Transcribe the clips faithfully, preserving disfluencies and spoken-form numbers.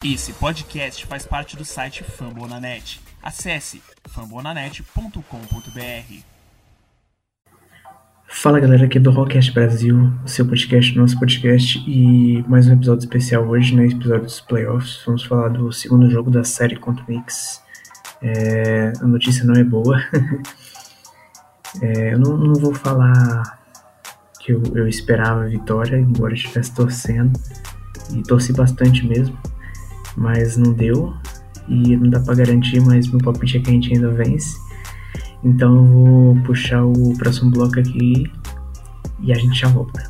Esse podcast faz parte do site Fambonanet. Acesse fambonanet ponto com ponto b r. Fala galera, aqui é do Rockcast Brasil, o seu podcast, nosso podcast, e mais um episódio especial hoje, né, episódio dos playoffs. Vamos falar do segundo jogo da série contra o Knicks. É, a notícia não é boa. é, eu não, não vou falar que eu, eu esperava a vitória, embora eu estivesse torcendo, e torci bastante mesmo, mas não deu, e não dá pra garantir, mas meu palpite é que a gente ainda vence. Então eu vou puxar o próximo bloco aqui e a gente já volta.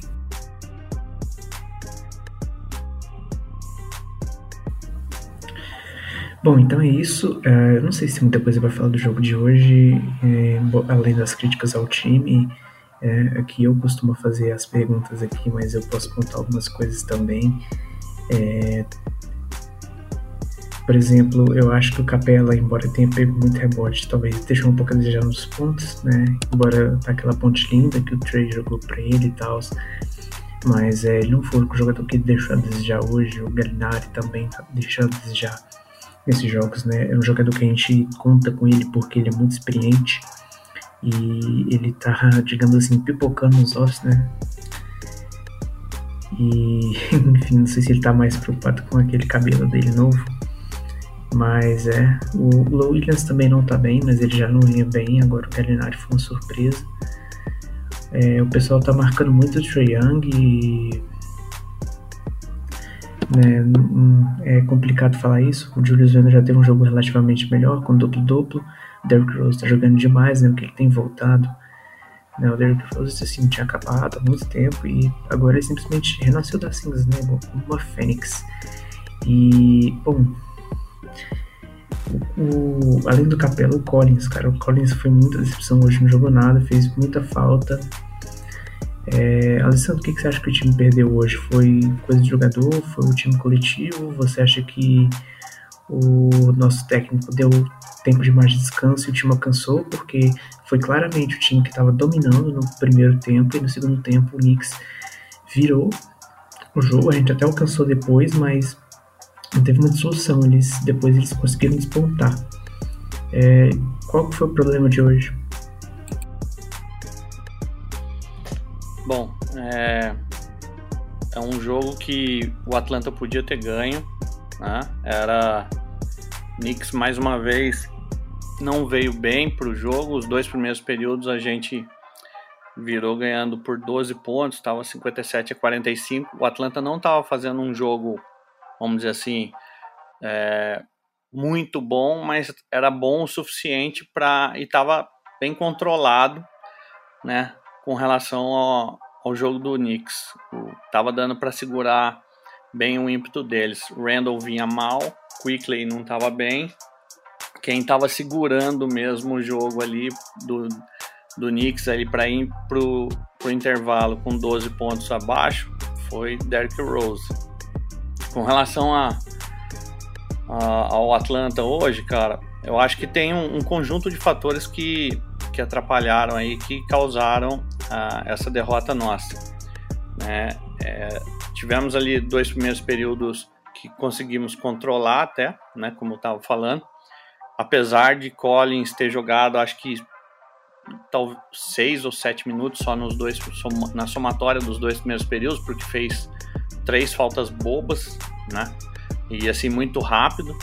Bom, então é isso. Uh, eu não sei se tem muita coisa para falar do jogo de hoje, é, além das críticas ao time. É, aqui eu costumo fazer as perguntas aqui, mas eu posso contar algumas coisas também. É, Por exemplo, eu acho que o Capela, embora tenha pego muito rebote, talvez deixou um pouco a desejar nos pontos, né? Embora tá aquela ponte linda que o Trey jogou pra ele e tal, mas é, ele não foi o jogador que deixou a desejar hoje. O Gallinari também tá deixando a desejar nesses jogos, né? É um jogador que a gente conta com ele porque ele é muito experiente e ele tá, digamos assim, pipocando nos offs, né? E, enfim, não sei se ele tá mais preocupado com aquele cabelo dele novo. Mas é, o Lou Williams também não tá bem, mas ele já não vinha bem, agora o Gallinari foi uma surpresa. É, o pessoal tá marcando muito o Trae Young e né, é complicado falar isso. O Julius Randle já teve um jogo relativamente melhor, com duplo-duplo. O Derrick Rose tá jogando demais, né, porque ele tem voltado. Né, o Derrick Rose assim, tinha acabado há muito tempo e agora ele simplesmente renasceu das cinzas, né, como uma fênix. E, bom... O, o, além do Capela, o Collins, cara, o Collins foi muita decepção hoje, não jogou nada, fez muita falta. É, Alessandro, o que, que você acha que o time perdeu hoje? Foi coisa de jogador? Foi o time coletivo? Você acha que o nosso técnico deu tempo demais de descanso e o time alcançou? Porque foi claramente o time que estava dominando no primeiro tempo e no segundo tempo o Knicks virou o jogo. A gente até alcançou depois, mas não teve uma dissolução, eles, depois eles conseguiram despontar. É, qual que foi o problema de hoje? Bom, é, é um jogo que o Atlanta podia ter ganho, né? Era Knicks mais uma vez não veio bem para o jogo. Os dois primeiros períodos a gente virou ganhando por doze pontos, estava cinquenta e sete a quarenta e cinco. O Atlanta não estava fazendo um jogo, vamos dizer assim, é, muito bom, mas era bom o suficiente para e estava bem controlado, né, com relação ao, ao jogo do Knicks. Estava dando para segurar bem o ímpeto deles. O Randle vinha mal, Quickley não estava bem. Quem estava segurando mesmo o jogo ali do, do Knicks ali para ir pro, pro intervalo com doze pontos abaixo foi Derrick Rose. Com relação a, a, ao Atlanta hoje, cara, eu acho que tem um, um conjunto de fatores que, que atrapalharam aí, que causaram uh, essa derrota nossa. Né? É, tivemos ali dois primeiros períodos que conseguimos controlar até, né, como eu estava falando. Apesar de Collins ter jogado, acho que talvez seis ou sete minutos só nos dois, na somatória dos dois primeiros períodos, porque fez três faltas bobas, né? E assim, muito rápido.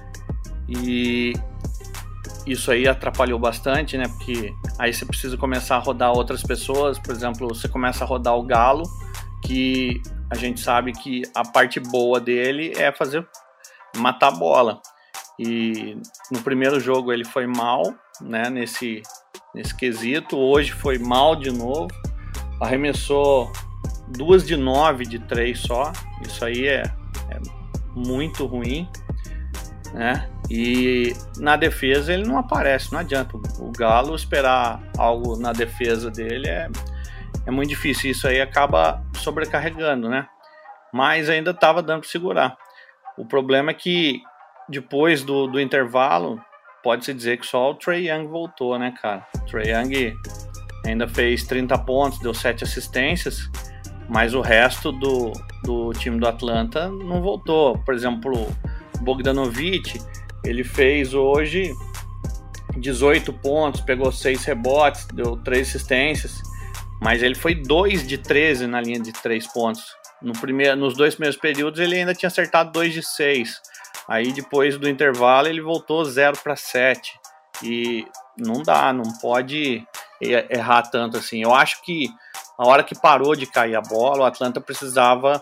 E isso aí atrapalhou bastante, né? Porque aí você precisa começar a rodar outras pessoas. Por exemplo, você começa a rodar o Galo, que a gente sabe que a parte boa dele é fazer matar a bola. E no primeiro jogo ele foi mal, né? Nesse, nesse quesito. Hoje foi mal de novo. Arremessou duas de nove de três só, isso aí é, é muito ruim, né? E na defesa ele não aparece, não adianta. O Galo esperar algo na defesa dele é, é muito difícil, isso aí acaba sobrecarregando, né? Mas ainda estava dando para segurar. O problema é que depois do, do intervalo, pode-se dizer que só o Trae Young voltou, né, cara? O Trae Young ainda fez trinta pontos, deu sete assistências. mas o resto do, do time do Atlanta não voltou. Por exemplo, o Bogdanovic, ele fez hoje dezoito pontos, pegou seis rebotes, deu três assistências, mas ele foi dois de treze na linha de três pontos. No primeiro, nos dois primeiros períodos ele ainda tinha acertado dois de seis. Aí depois do intervalo ele voltou zero para sete. E não dá, não pode errar tanto assim. Eu acho que a hora que parou de cair a bola, o Atlanta precisava,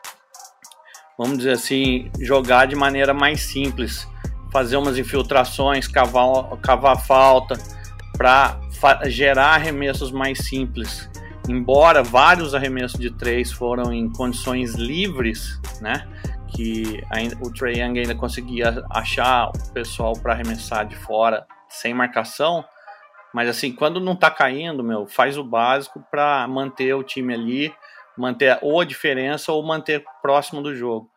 vamos dizer assim, jogar de maneira mais simples, fazer umas infiltrações, cavar, cavar falta, para gerar arremessos mais simples. Embora vários arremessos de três foram em condições livres, né, que ainda, o Trae Young ainda conseguia achar o pessoal para arremessar de fora sem marcação, mas assim, quando não tá caindo, meu, faz o básico para manter o time ali, manter ou a diferença ou manter próximo do jogo.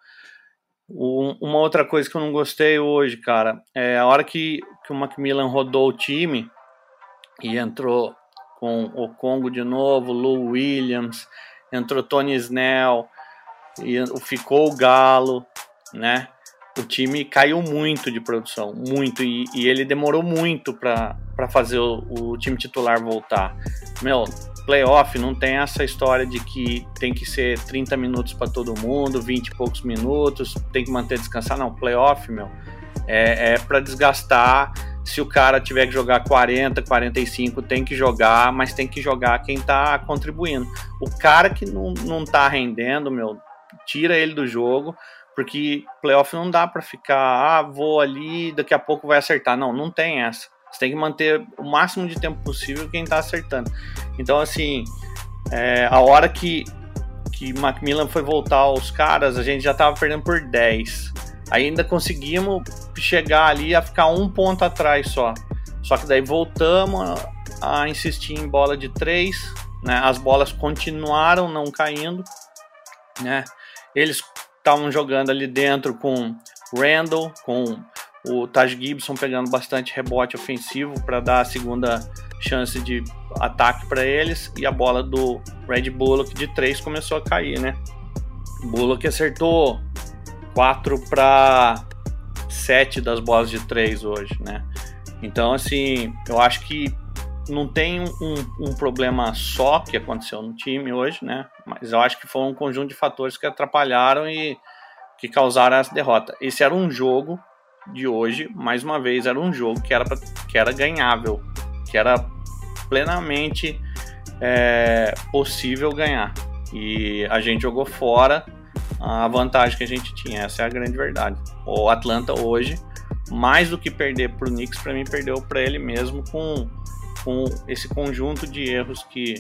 Um, uma outra coisa que eu não gostei hoje, cara, é a hora que, que o Macmillan rodou o time e entrou com o Congo de novo, Lou Williams, entrou Tony Snell, e ficou o Galo, né? O time caiu muito de produção, muito, e, e ele demorou muito para fazer o, o time titular voltar. Meu, playoff não tem essa história de que tem que ser trinta minutos para todo mundo, vinte e poucos minutos, tem que manter descansar. Não, playoff, meu, é, é para desgastar. Se o cara tiver que jogar quarenta, quarenta e cinco, tem que jogar, mas tem que jogar quem tá contribuindo. O cara que não, não tá rendendo, meu, tira ele do jogo, porque playoff não dá para ficar, ah, vou ali, daqui a pouco vai acertar. Não, não tem essa. Você tem que manter o máximo de tempo possível quem tá acertando. Então, assim, é, a hora que, que Macmillan foi voltar aos caras, a gente já tava perdendo por dez. Ainda conseguimos chegar ali a ficar um ponto atrás só. Só que daí voltamos a, a insistir em bola de três, né? As bolas continuaram não caindo, né? Eles estavam jogando ali dentro com Randall, com o Taj Gibson pegando bastante rebote ofensivo para dar a segunda chance de ataque para eles, e a bola do Red Bullock de três começou a cair, né? Bullock acertou quatro para sete das bolas de três hoje, né? Então, assim, eu acho que não tem um, um problema só que aconteceu no time hoje, né? Mas eu acho que foi um conjunto de fatores que atrapalharam e que causaram essa derrota. Esse era um jogo de hoje, mais uma vez, era um jogo que era, pra, que era ganhável, que era plenamente é, possível ganhar. E a gente jogou fora a vantagem que a gente tinha. Essa é a grande verdade. O Atlanta hoje, mais do que perder para o Knicks, para mim perdeu para ele mesmo com, com esse conjunto de erros que,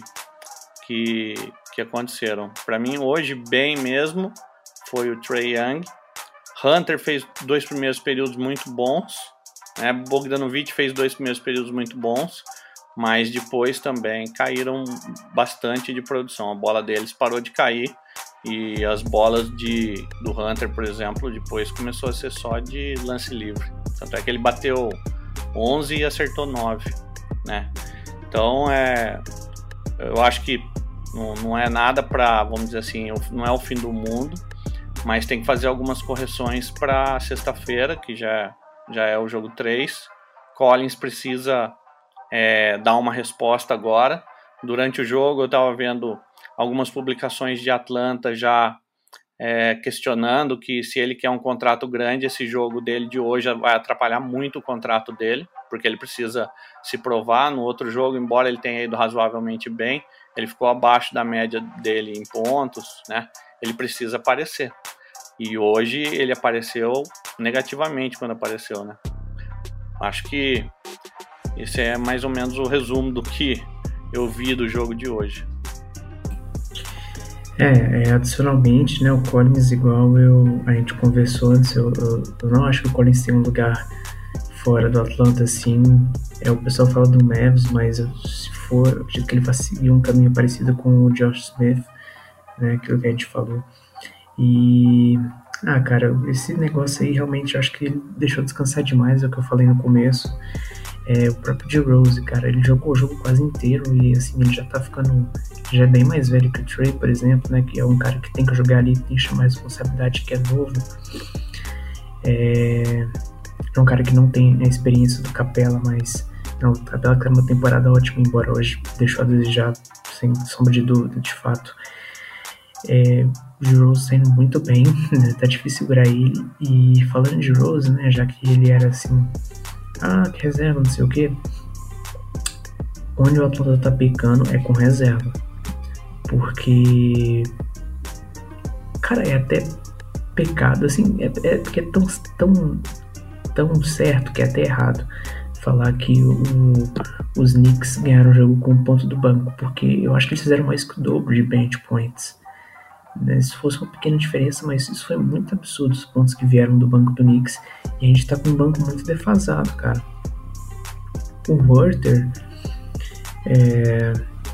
que, que aconteceram. Para mim hoje, bem mesmo, foi o Trae Young. Hunter fez dois primeiros períodos muito bons, né? Bogdanovic fez dois primeiros períodos muito bons, mas depois também caíram bastante de produção. A bola deles parou de cair e as bolas de, do Hunter, por exemplo, depois começou a ser só de lance livre. Tanto é que ele bateu onze e acertou nove, né? Então, é, eu acho que não, não é nada para, vamos dizer assim, não é o fim do mundo, mas tem que fazer algumas correções para sexta-feira, que já, já é o jogo três. Collins precisa é, dar uma resposta agora. Durante o jogo eu estava vendo algumas publicações de Atlanta já é, questionando que se ele quer um contrato grande, esse jogo dele de hoje vai atrapalhar muito o contrato dele, porque ele precisa se provar. No outro jogo, embora ele tenha ido razoavelmente bem, ele ficou abaixo da média dele em pontos, né? Ele precisa aparecer. E hoje ele apareceu negativamente quando apareceu, né? Acho que esse é mais ou menos o resumo do que eu vi do jogo de hoje. É, é adicionalmente, né, o Collins, igual eu, a gente conversou antes, eu, eu, eu não acho que o Collins tem um lugar fora do Atlanta, assim. É, o pessoal fala do Mavs, mas eu, se for, eu acredito que ele vai seguir um caminho parecido com o Josh Smith, né, aquilo que a gente falou. E, ah, cara, esse negócio aí realmente eu acho que ele deixou descansar demais, é o que eu falei no começo. É, o próprio D-Rose, cara, ele jogou o jogo quase inteiro e assim, ele já tá ficando, já é bem mais velho que o Trae, por exemplo, né, que é um cara que tem que jogar ali, tem que chamar responsabilidade, que é novo. É, é um cara que não tem a experiência do Capela, mas não, o Capela que tá uma temporada ótima, embora hoje deixou a desejar, sem sombra de dúvida, de fato. É, o D-Rose tá indo muito bem, né, tá difícil segurar ele. E falando de D-Rose, né, já que ele era assim, ah, que reserva, não sei o que, onde o Atlanta tá pecando é com reserva, porque, cara, é até pecado, assim, é, é porque é tão, tão, tão certo que é até errado falar que o, os Knicks ganharam o jogo com o ponto do banco, porque eu acho que eles fizeram mais que o dobro de bench points, né? Se fosse uma pequena diferença, mas isso foi muito absurdo, os pontos que vieram do banco do Knicks, e a gente tá com um banco muito defasado, cara. O Huerter é,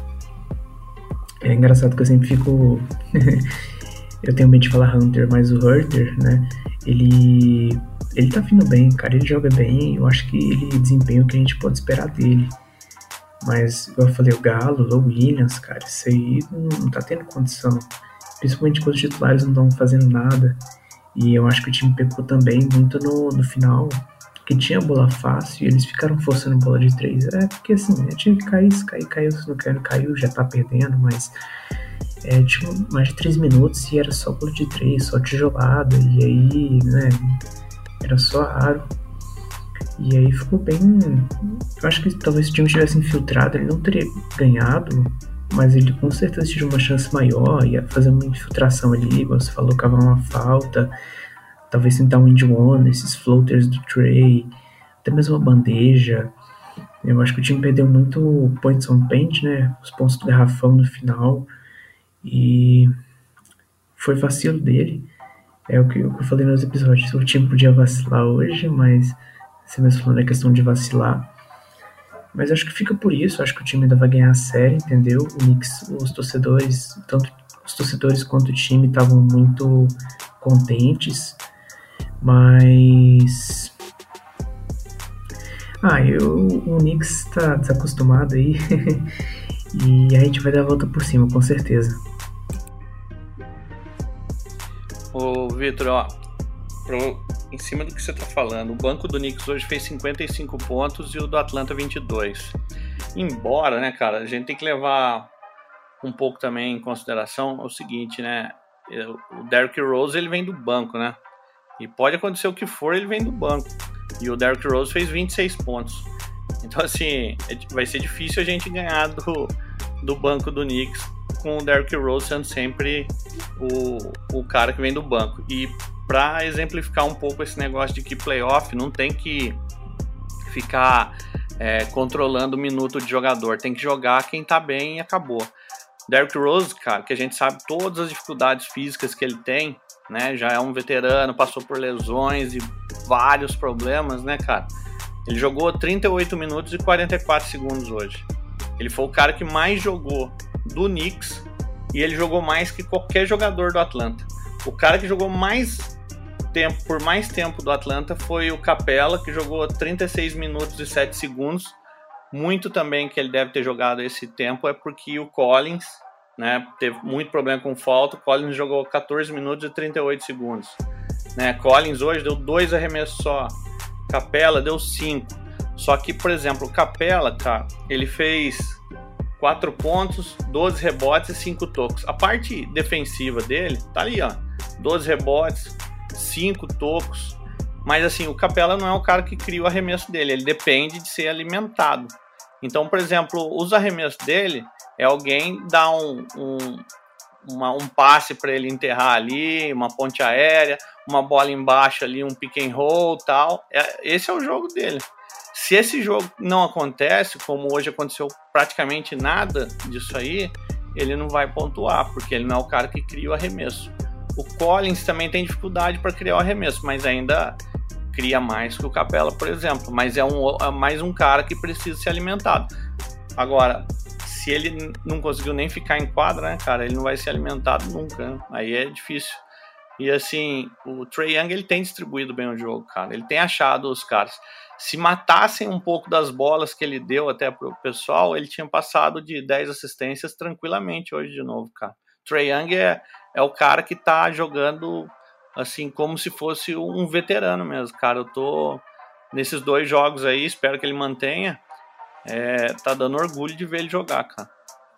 é engraçado que eu sempre fico eu tenho medo de falar Hunter, mas o Huerter, né, ele ele tá vindo bem, cara, ele joga bem, eu acho que ele desempenha o que a gente pode esperar dele, mas igual eu falei, o Galo, o Williams, cara, isso aí não, não tá tendo condição, principalmente quando os titulares não estão fazendo nada. E eu acho que o time pecou também muito no, no final, que tinha bola fácil e eles ficaram forçando bola de três. É porque assim, né, tinha que cair, se cair, caiu, se não caiu, não caiu, já tá perdendo, mas é, tinha mais de três minutos e era só bola de três, só tijolada, e aí, né, era só raro. E aí ficou bem. Eu acho que talvez se o time tivesse infiltrado, ele não teria ganhado, mas ele com certeza tinha uma chance maior, ia fazer uma infiltração ali, você falou, cavar uma falta, talvez tentar um end one, esses floaters do Trae, até mesmo uma bandeja. Eu acho que o time perdeu muito points on paint, né, os pontos do garrafão no final, e foi vacilo dele. É o que eu falei nos episódios, o time podia vacilar hoje, mas você mesmo falando a questão de vacilar. Mas acho que fica por isso, acho que o time ainda vai ganhar a série, entendeu? O Knicks, os torcedores, tanto os torcedores quanto o time estavam muito contentes, mas... Ah, eu, o Knicks tá desacostumado aí, e a gente vai dar a volta por cima, com certeza. Ô, Vitor, ó, pro... em cima do que você tá falando, o banco do Knicks hoje fez cinquenta e cinco pontos e o do Atlanta vinte e dois. Embora, né, cara, a gente tem que levar um pouco também em consideração o seguinte, né, o Derrick Rose, ele vem do banco, né, e pode acontecer o que for, ele vem do banco, e o Derrick Rose fez vinte e seis pontos. Então, assim, vai ser difícil a gente ganhar do, do banco do Knicks com o Derrick Rose sendo sempre o, o cara que vem do banco. E para exemplificar um pouco esse negócio de que playoff não tem que ficar é, controlando o minuto de jogador, tem que jogar quem tá bem e acabou. Derrick Rose, cara, que a gente sabe todas as dificuldades físicas que ele tem, né, já é um veterano, passou por lesões e vários problemas, né, cara. Ele jogou trinta e oito minutos e quarenta e quatro segundos hoje. Ele foi o cara que mais jogou do Knicks e ele jogou mais que qualquer jogador do Atlanta. O cara que jogou mais tempo, por mais tempo do Atlanta foi o Capela, que jogou trinta e seis minutos e sete segundos. Muito também que ele deve ter jogado esse tempo é porque o Collins, né, teve muito problema com falta. O Collins jogou catorze minutos e trinta e oito segundos. Né, Collins hoje deu dois arremessos só. Capela deu cinco. Só que, por exemplo, o Capela, cara, ele fez quatro pontos, doze rebotes e cinco tocos. A parte defensiva dele tá ali, ó, doze rebotes, cinco tocos. Mas assim, o Capela não é o cara que cria o arremesso dele, ele depende de ser alimentado. Então, por exemplo, os arremessos dele é alguém dar um, um, uma, um passe para ele enterrar ali, uma ponte aérea, uma bola embaixo ali, um pick and roll, tal. É, esse é o jogo dele. Se esse jogo não acontece, como hoje aconteceu praticamente nada disso aí, ele não vai pontuar, porque ele não é o cara que cria o arremesso. O Collins também tem dificuldade para criar o arremesso, mas ainda cria mais que o Capela, por exemplo. Mas é, um, é mais um cara que precisa ser alimentado. Agora, se ele não conseguiu nem ficar em quadra, né, cara, ele não vai ser alimentado nunca, né? Aí é difícil. E assim, o Trae Young, ele tem distribuído bem o jogo, cara. Ele tem achado os caras. Se matassem um pouco das bolas que ele deu até pro pessoal, ele tinha passado de dez assistências tranquilamente hoje de novo, cara. Trae Young é, é o cara que tá jogando assim, como se fosse um veterano mesmo, cara. Eu tô nesses dois jogos aí, espero que ele mantenha. É, tá dando orgulho de ver ele jogar, cara.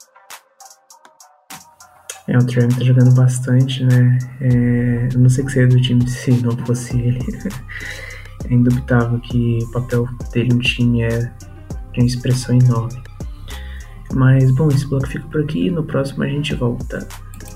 É, o Trae Young tá jogando bastante, né? É, eu não sei o que seria do time se não fosse ele. É indubitável que o papel dele no time é de uma expressão enorme. Mas, bom, esse bloco fica por aqui e no próximo a gente volta.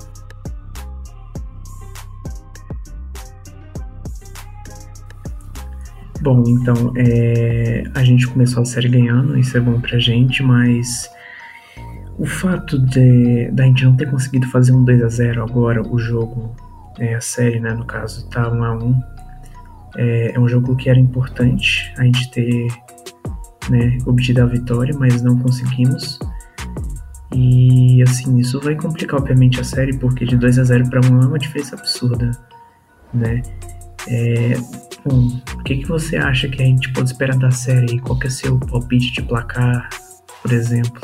Bom, então, é, a gente começou a série ganhando, isso é bom pra gente, mas o fato de da gente não ter conseguido fazer um dois a zero agora, o jogo, é, a série, né, no caso, tá um a um, é, é um jogo que era importante a gente ter, né, obtido a vitória, mas não conseguimos. E, assim, isso vai complicar, obviamente, a série, porque de dois a zero para um é uma diferença absurda, né? É, bom, o que, que você acha que a gente pode esperar da série? Qual que é seu palpite de placar, por exemplo?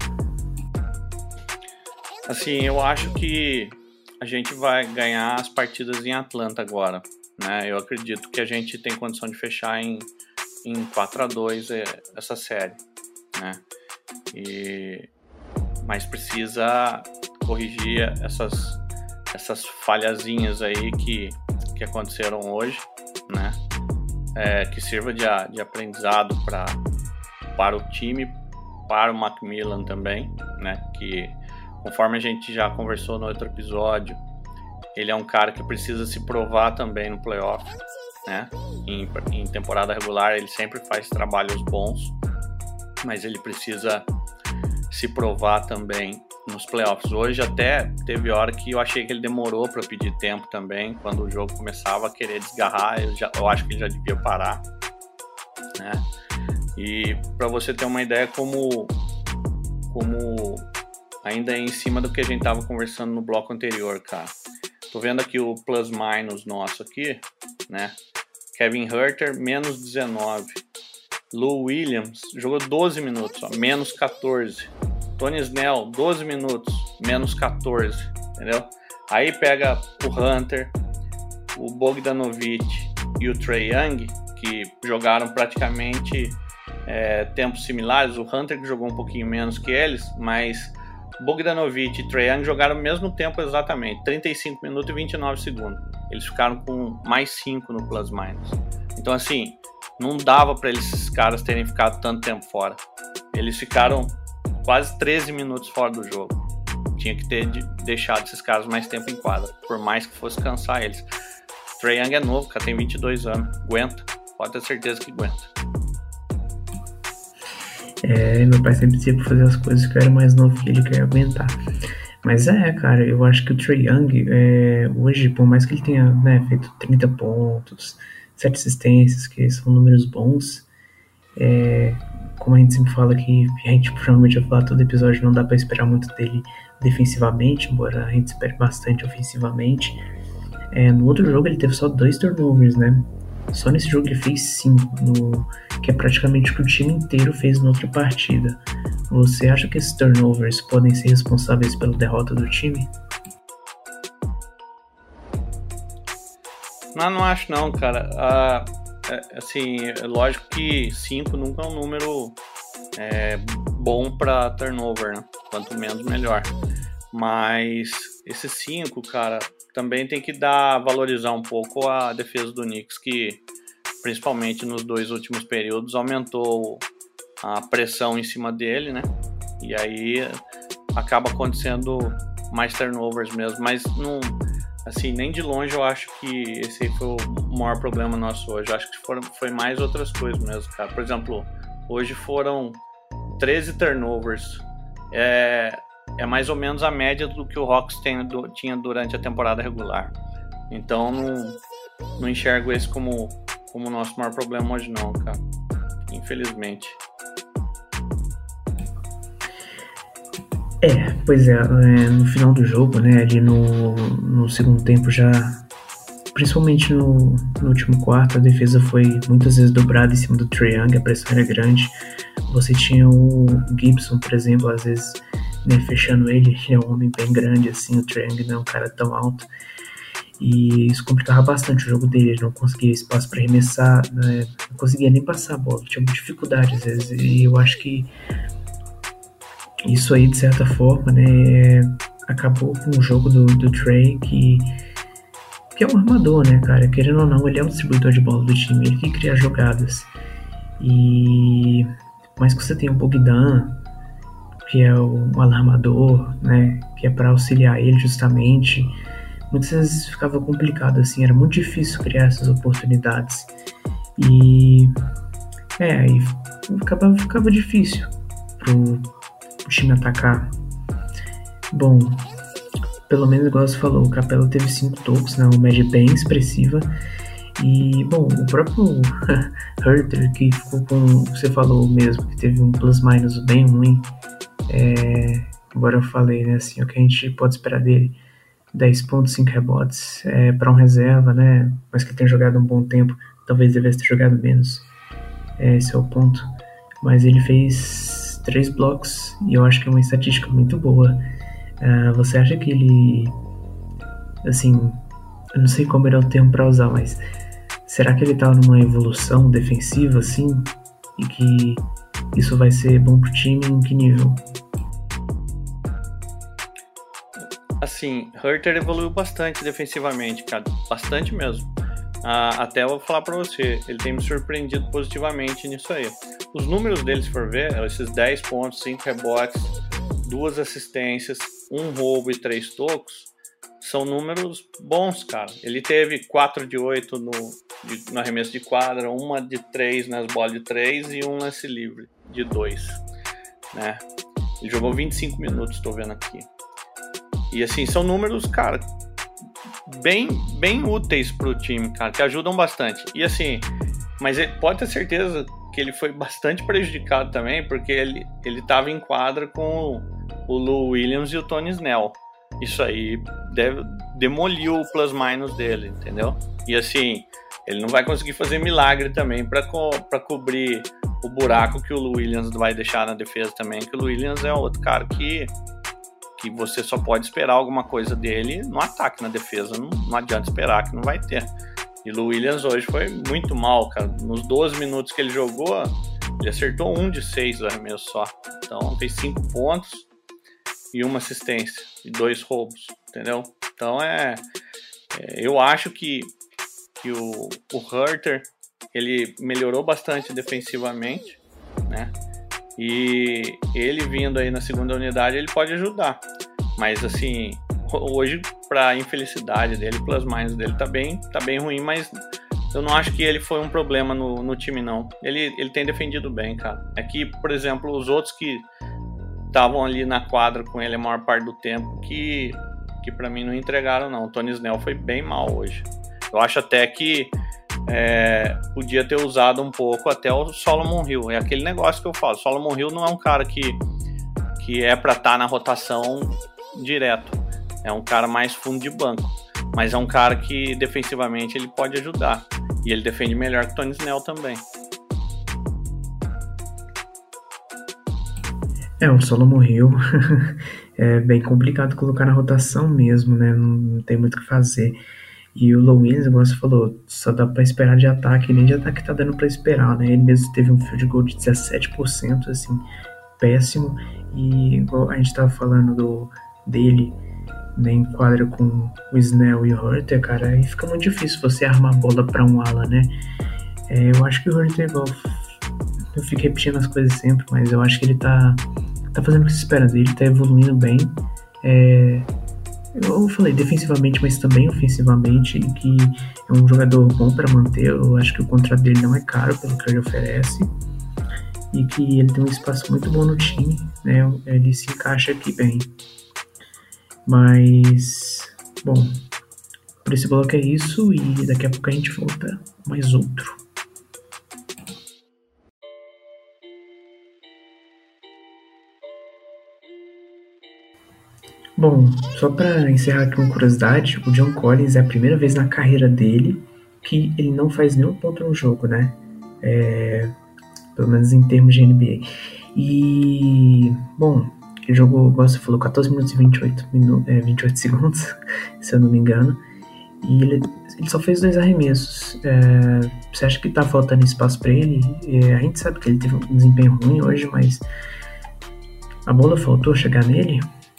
Assim, eu acho que a gente vai ganhar as partidas em Atlanta agora, né? Eu acredito que a gente tem condição de fechar em, em quatro a dois essa série, né? E, mas precisa corrigir essas, essas falhazinhas aí que, que aconteceram hoje, né? É, que sirva de, de aprendizado pra, para o time, para o Macmillan também, né? Que conforme a gente já conversou no outro episódio, ele é um cara que precisa se provar também no playoff, né? Em, em temporada regular ele sempre faz trabalhos bons, mas ele precisa se provar também nos playoffs. Hoje até teve hora que eu achei que ele demorou para pedir tempo também, quando o jogo começava a querer desgarrar, eu, já, eu acho que ele já devia parar, né? E para você ter uma ideia como, como ainda é em cima do que a gente tava conversando no bloco anterior, cara. Tô vendo aqui o plus minus nosso aqui, né? Kevin Huerter, menos dezenove. Lou Williams jogou doze minutos, ó, menos catorze. Tony Snell, doze minutos, menos catorze, entendeu? Aí pega o Hunter, o Bogdanovic e o Trae Young, que jogaram praticamente é, tempos similares. O Hunter que jogou um pouquinho menos que eles, mas Bogdanovic e Trae Young jogaram o mesmo tempo exatamente, trinta e cinco minutos e vinte e nove segundos. Eles ficaram com mais cinco no plus minus. Então assim, não dava para esses caras terem ficado tanto tempo fora. Eles ficaram quase treze minutos fora do jogo. Tinha que ter deixado esses caras mais tempo em quadra, por mais que fosse cansar eles. Trae Young é novo, cara, tem vinte e dois anos, aguenta, pode ter certeza que aguenta. É, meu pai sempre dizia pra fazer as coisas que eu era mais novo que ele, que eu ia aguentar. Mas é, cara, eu acho que o Trae Young, é, hoje, por mais que ele tenha, né, feito trinta pontos, sete assistências, que são números bons, é, como a gente sempre fala que a gente provavelmente vai falar todo episódio, não dá pra esperar muito dele defensivamente, embora a gente espere bastante ofensivamente. É, no outro jogo ele teve só dois turnovers, né? Só nesse jogo ele fez cinco, no, que é praticamente o que o time inteiro fez na outra partida. Você acha que esses turnovers podem ser responsáveis pela derrota do time? Não, não acho não, cara. Ah, é, assim, é lógico que cinco nunca é um número é, bom para turnover, né? Quanto menos, melhor. Mas esses cinco, cara, também tem que dar, valorizar um pouco a defesa do Knicks, que principalmente nos dois últimos períodos aumentou a pressão em cima dele, né? E aí acaba acontecendo mais turnovers mesmo, mas não, assim, nem de longe eu acho que esse foi o maior problema nosso hoje. Eu acho que foram, foi mais outras coisas mesmo, cara. Por exemplo, hoje foram treze turnovers. É, é mais ou menos a média do que o Hawks tem, do, tinha durante a temporada regular. Então não, não enxergo esse como como o nosso maior problema hoje não, cara. Infelizmente. É, pois é, é, no final do jogo, né, ali no, no segundo tempo já principalmente no, no último quarto, a defesa foi muitas vezes dobrada em cima do Trae Young, a pressão era grande. Você tinha o Gibson, por exemplo, às vezes, né, fechando ele, ele é um homem bem grande, assim, o Trae Young não é um cara tão alto. E isso complicava bastante o jogo dele, ele não conseguia espaço para arremessar, né, não conseguia nem passar a bola, tinha dificuldade às vezes. E eu acho que isso aí, de certa forma, né, acabou com o jogo do, do Trae, que, que é um armador, né, cara? Querendo ou não, ele é um distribuidor de bola do time, ele que cria jogadas. E mas que você tem o Bogdan, que é um alarmador, né, que é para auxiliar ele justamente, muitas vezes ficava complicado, assim, era muito difícil criar essas oportunidades. E é, aí ficava, ficava difícil pro, pro time atacar. Bom, pelo menos igual você falou, o Capela teve cinco tocos, né, uma média bem expressiva. E, bom, o próprio Huerter, que ficou com, você falou mesmo, que teve um plus-minus bem ruim, é, embora eu falei, né, assim, o que a gente pode esperar dele, dez pontos, cinco rebotes, é, para um reserva, né, mas que tem jogado um bom tempo, talvez devesse ter jogado menos, é, esse é o ponto, mas ele fez três blocos, e eu acho que é uma estatística muito boa. É, você acha que ele, assim, eu não sei como era o termo para usar, mas será que ele está numa evolução defensiva, assim, e que isso vai ser bom pro time em que nível? Assim, Huerter evoluiu bastante defensivamente, cara, bastante mesmo. Ah, até eu vou falar pra você, ele tem me surpreendido positivamente nisso aí. Os números dele, se for ver, esses dez pontos, cinco rebotes, duas assistências, um roubo e três tocos, são números bons, cara. Ele teve quatro de oito no, de, no arremesso de quadra, uma de três nas bolas de três e um lance livre de dois, né? Ele jogou vinte e cinco minutos, tô vendo aqui. E assim, são números, cara, bem, bem úteis pro time, cara, que ajudam bastante. E assim, mas ele pode ter certeza que ele foi bastante prejudicado também, porque ele, ele tava em quadra com o, o Lou Williams e o Tony Snell. Isso aí deve, demoliu o plus-minus dele, entendeu? E assim, ele não vai conseguir fazer milagre também para co para cobrir o buraco que o Lou Williams vai deixar na defesa também, que o Lou Williams é outro cara que, que você só pode esperar alguma coisa dele no ataque, na defesa não, não adianta esperar que não vai ter. E o Lou Williams hoje foi muito mal, cara. Nos doze minutos que ele jogou, ele acertou um de seis arremessos só. Então fez cinco pontos e uma assistência e dois roubos, entendeu? Então é, é eu acho que, que o, o Huerter, ele melhorou bastante defensivamente, né? E ele vindo aí na segunda unidade, ele pode ajudar. Mas assim, hoje, pra infelicidade dele, o plus-minus dele tá bem, tá bem ruim, mas eu não acho que ele foi um problema no, no time, não. Ele, ele tem defendido bem, cara. É que, por exemplo, os outros que estavam ali na quadra com ele a maior parte do tempo, que, que pra mim não entregaram, não. O Tony Snell foi bem mal hoje. Eu acho até que é, podia ter usado um pouco até o Solomon Hill. É aquele negócio que eu falo. Solomon Hill não é um cara que, que é pra estar na rotação direto. É um cara mais fundo de banco. Mas é um cara que defensivamente ele pode ajudar. E ele defende melhor que o Tony Snell também. É, o Solomon Hill é bem complicado colocar na rotação mesmo, né? Não, não tem muito o que fazer. E o Lou Williams, como você falou, só dá pra esperar de ataque, nem de ataque tá dando pra esperar, né? Ele mesmo teve um field goal de dezessete por cento, assim, péssimo. E igual a gente tava falando do, dele, né, em quadra com o Snell e o Huerter, cara, aí fica muito difícil você armar a bola pra um ala, né? É, eu acho que o Huerter, igual, eu fico repetindo as coisas sempre, mas eu acho que ele tá, tá fazendo o que se espera dele, tá evoluindo bem. É, eu falei defensivamente, mas também ofensivamente, e que é um jogador bom para manter. Eu acho que o contrato dele não é caro pelo que ele oferece, e que ele tem um espaço muito bom no time, né? Ele se encaixa aqui bem. Mas, bom, por esse bloco é isso, e daqui a pouco a gente volta mais outro. Bom, só para encerrar aqui uma curiosidade, o John Collins é a primeira vez na carreira dele que ele não faz nenhum ponto no jogo, né? É, pelo menos em termos de N B A. E, bom, ele jogou, como você falou, quatorze minutos e vinte e oito, minu- é, vinte e oito segundos, se eu não me engano. E ele, ele só fez dois arremessos. É, você acha que tá faltando espaço para ele? É, a gente sabe que ele teve um desempenho ruim hoje, mas a bola faltou chegar nele?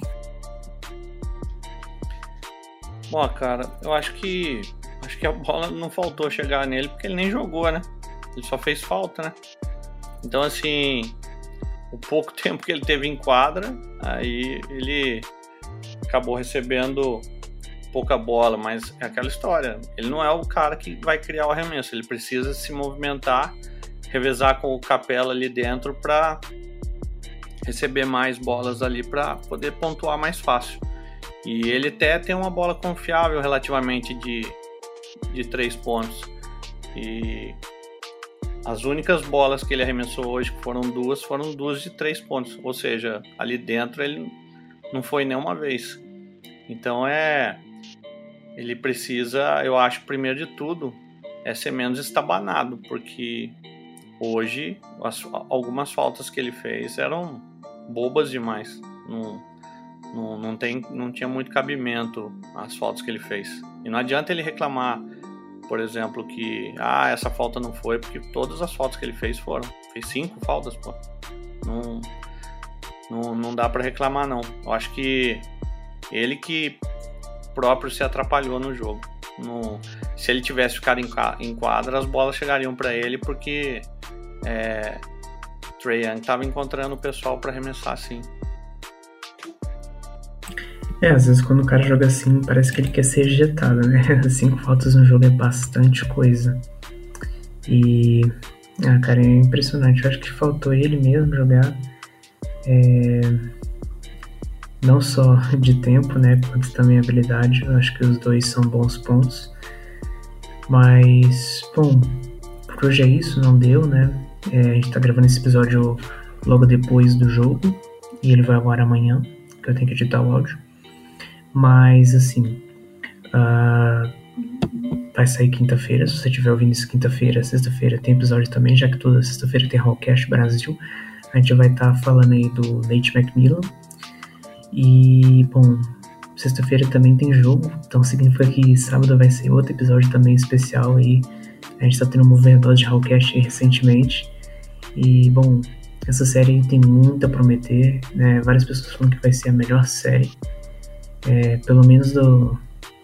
Bom, cara, eu acho que acho que a bola não faltou chegar nele porque ele nem jogou, né? Ele só fez falta, né? Então, assim, o pouco tempo que ele teve em quadra, aí ele acabou recebendo pouca bola, mas é aquela história, ele não é o cara que vai criar o arremesso, ele precisa se movimentar, revezar com o Capela ali dentro para receber mais bolas ali para poder pontuar mais fácil. E ele até tem uma bola confiável relativamente de, de três pontos. E as únicas bolas que ele arremessou hoje, que foram duas, foram duas de três pontos. Ou seja, ali dentro ele não foi nenhuma vez. Então é... ele precisa, eu acho, primeiro de tudo, é ser menos estabanado. Porque hoje as, algumas faltas que ele fez eram bobas demais. Não, não, não, tem, não tinha muito cabimento as faltas que ele fez. E não adianta ele reclamar, por exemplo, que ah, essa falta não foi, porque todas as faltas que ele fez foram. Fez cinco faltas, pô. Não, não, não dá pra reclamar, não. Eu acho que ele que próprio se atrapalhou no jogo. No, se ele tivesse ficado em quadra, as bolas chegariam pra ele, porque é, Trae Young tava encontrando o pessoal pra arremessar assim. É, às vezes quando o cara joga assim, parece que ele quer ser ejetado, né? Cinco faltas no jogo é bastante coisa. E, ah, cara, é impressionante. Eu acho que faltou ele mesmo jogar. É, não só de tempo, né? Quanto também habilidade. Eu acho que os dois são bons pontos. Mas, bom, por hoje é isso, não deu, né? É, a gente tá gravando esse episódio logo depois do jogo. E ele vai agora amanhã, que eu tenho que editar o áudio. Mas, assim, uh, vai sair quinta-feira. Se você estiver ouvindo isso quinta-feira, sexta-feira tem episódio também, já que toda sexta-feira tem Rollcast Brasil. A gente vai estar tá falando aí do Nate McMillan. E, bom, sexta-feira também tem jogo, então significa que sábado vai ser outro episódio também especial. E a gente tá tendo uma overdose de Rollcast recentemente. E, bom, essa série tem muito a prometer, né? Várias pessoas falam que vai ser a melhor série. É, pelo menos do,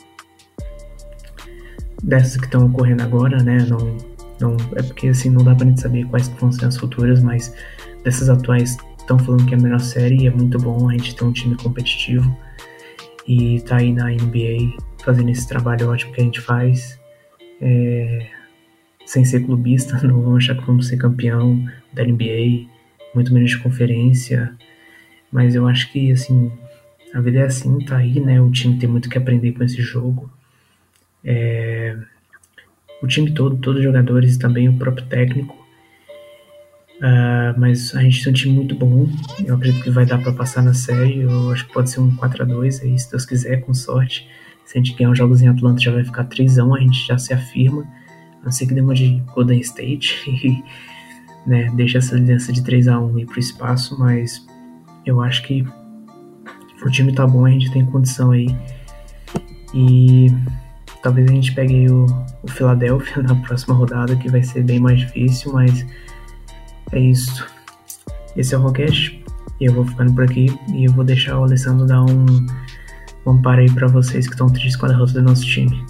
dessas que estão ocorrendo agora, né? Não, não, é porque assim não dá pra gente saber quais vão ser as futuras, mas dessas atuais estão falando que é a melhor série e é muito bom a gente ter um time competitivo e tá aí na N B A fazendo esse trabalho ótimo que a gente faz, é, sem ser clubista. Não vamos achar que vamos ser campeão da N B A, muito menos de conferência, mas eu acho que assim a vida é assim, tá aí, né? O time tem muito que aprender com esse jogo. É... O time todo, todos os jogadores e também o próprio técnico. Uh, mas a gente tem um time muito bom. Eu acredito que vai dar pra passar na série. Eu acho que pode ser um quatro a dois aí, se Deus quiser, com sorte. Se a gente ganhar os jogos em Atlanta, já vai ficar três a um, a gente já se afirma. A não ser que dê uma de Golden State e, né, deixa essa liderança de três a um ir pro espaço, mas eu acho que o time tá bom, a gente tem condição aí. E talvez a gente pegue o, o Philadelphia na próxima rodada, que vai ser bem mais difícil, mas é isso. Esse é o Rollcast. Eu vou ficando por aqui e eu vou deixar o Alessandro dar um, um amparo aí pra vocês que estão tristes com a derrota do nosso time.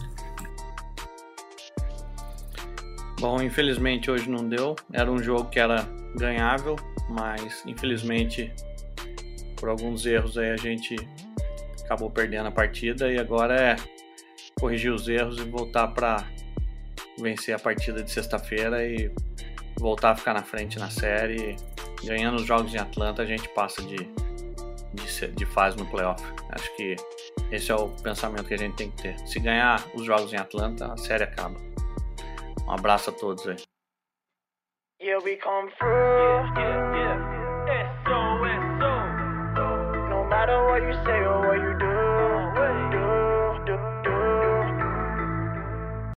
Bom, infelizmente hoje não deu. Era um jogo que era ganhável, mas infelizmente por alguns erros aí a gente acabou perdendo a partida, e agora é corrigir os erros e voltar para vencer a partida de sexta-feira e voltar a ficar na frente na série. Ganhando os jogos em Atlanta, a gente passa de, de, de fase no playoff. Acho que esse é o pensamento que a gente tem que ter. Se ganhar os jogos em Atlanta, a série acaba. Um abraço a todos aí. Yeah, we come through. Yeah, yeah, yeah. S O S O. No matter what you say.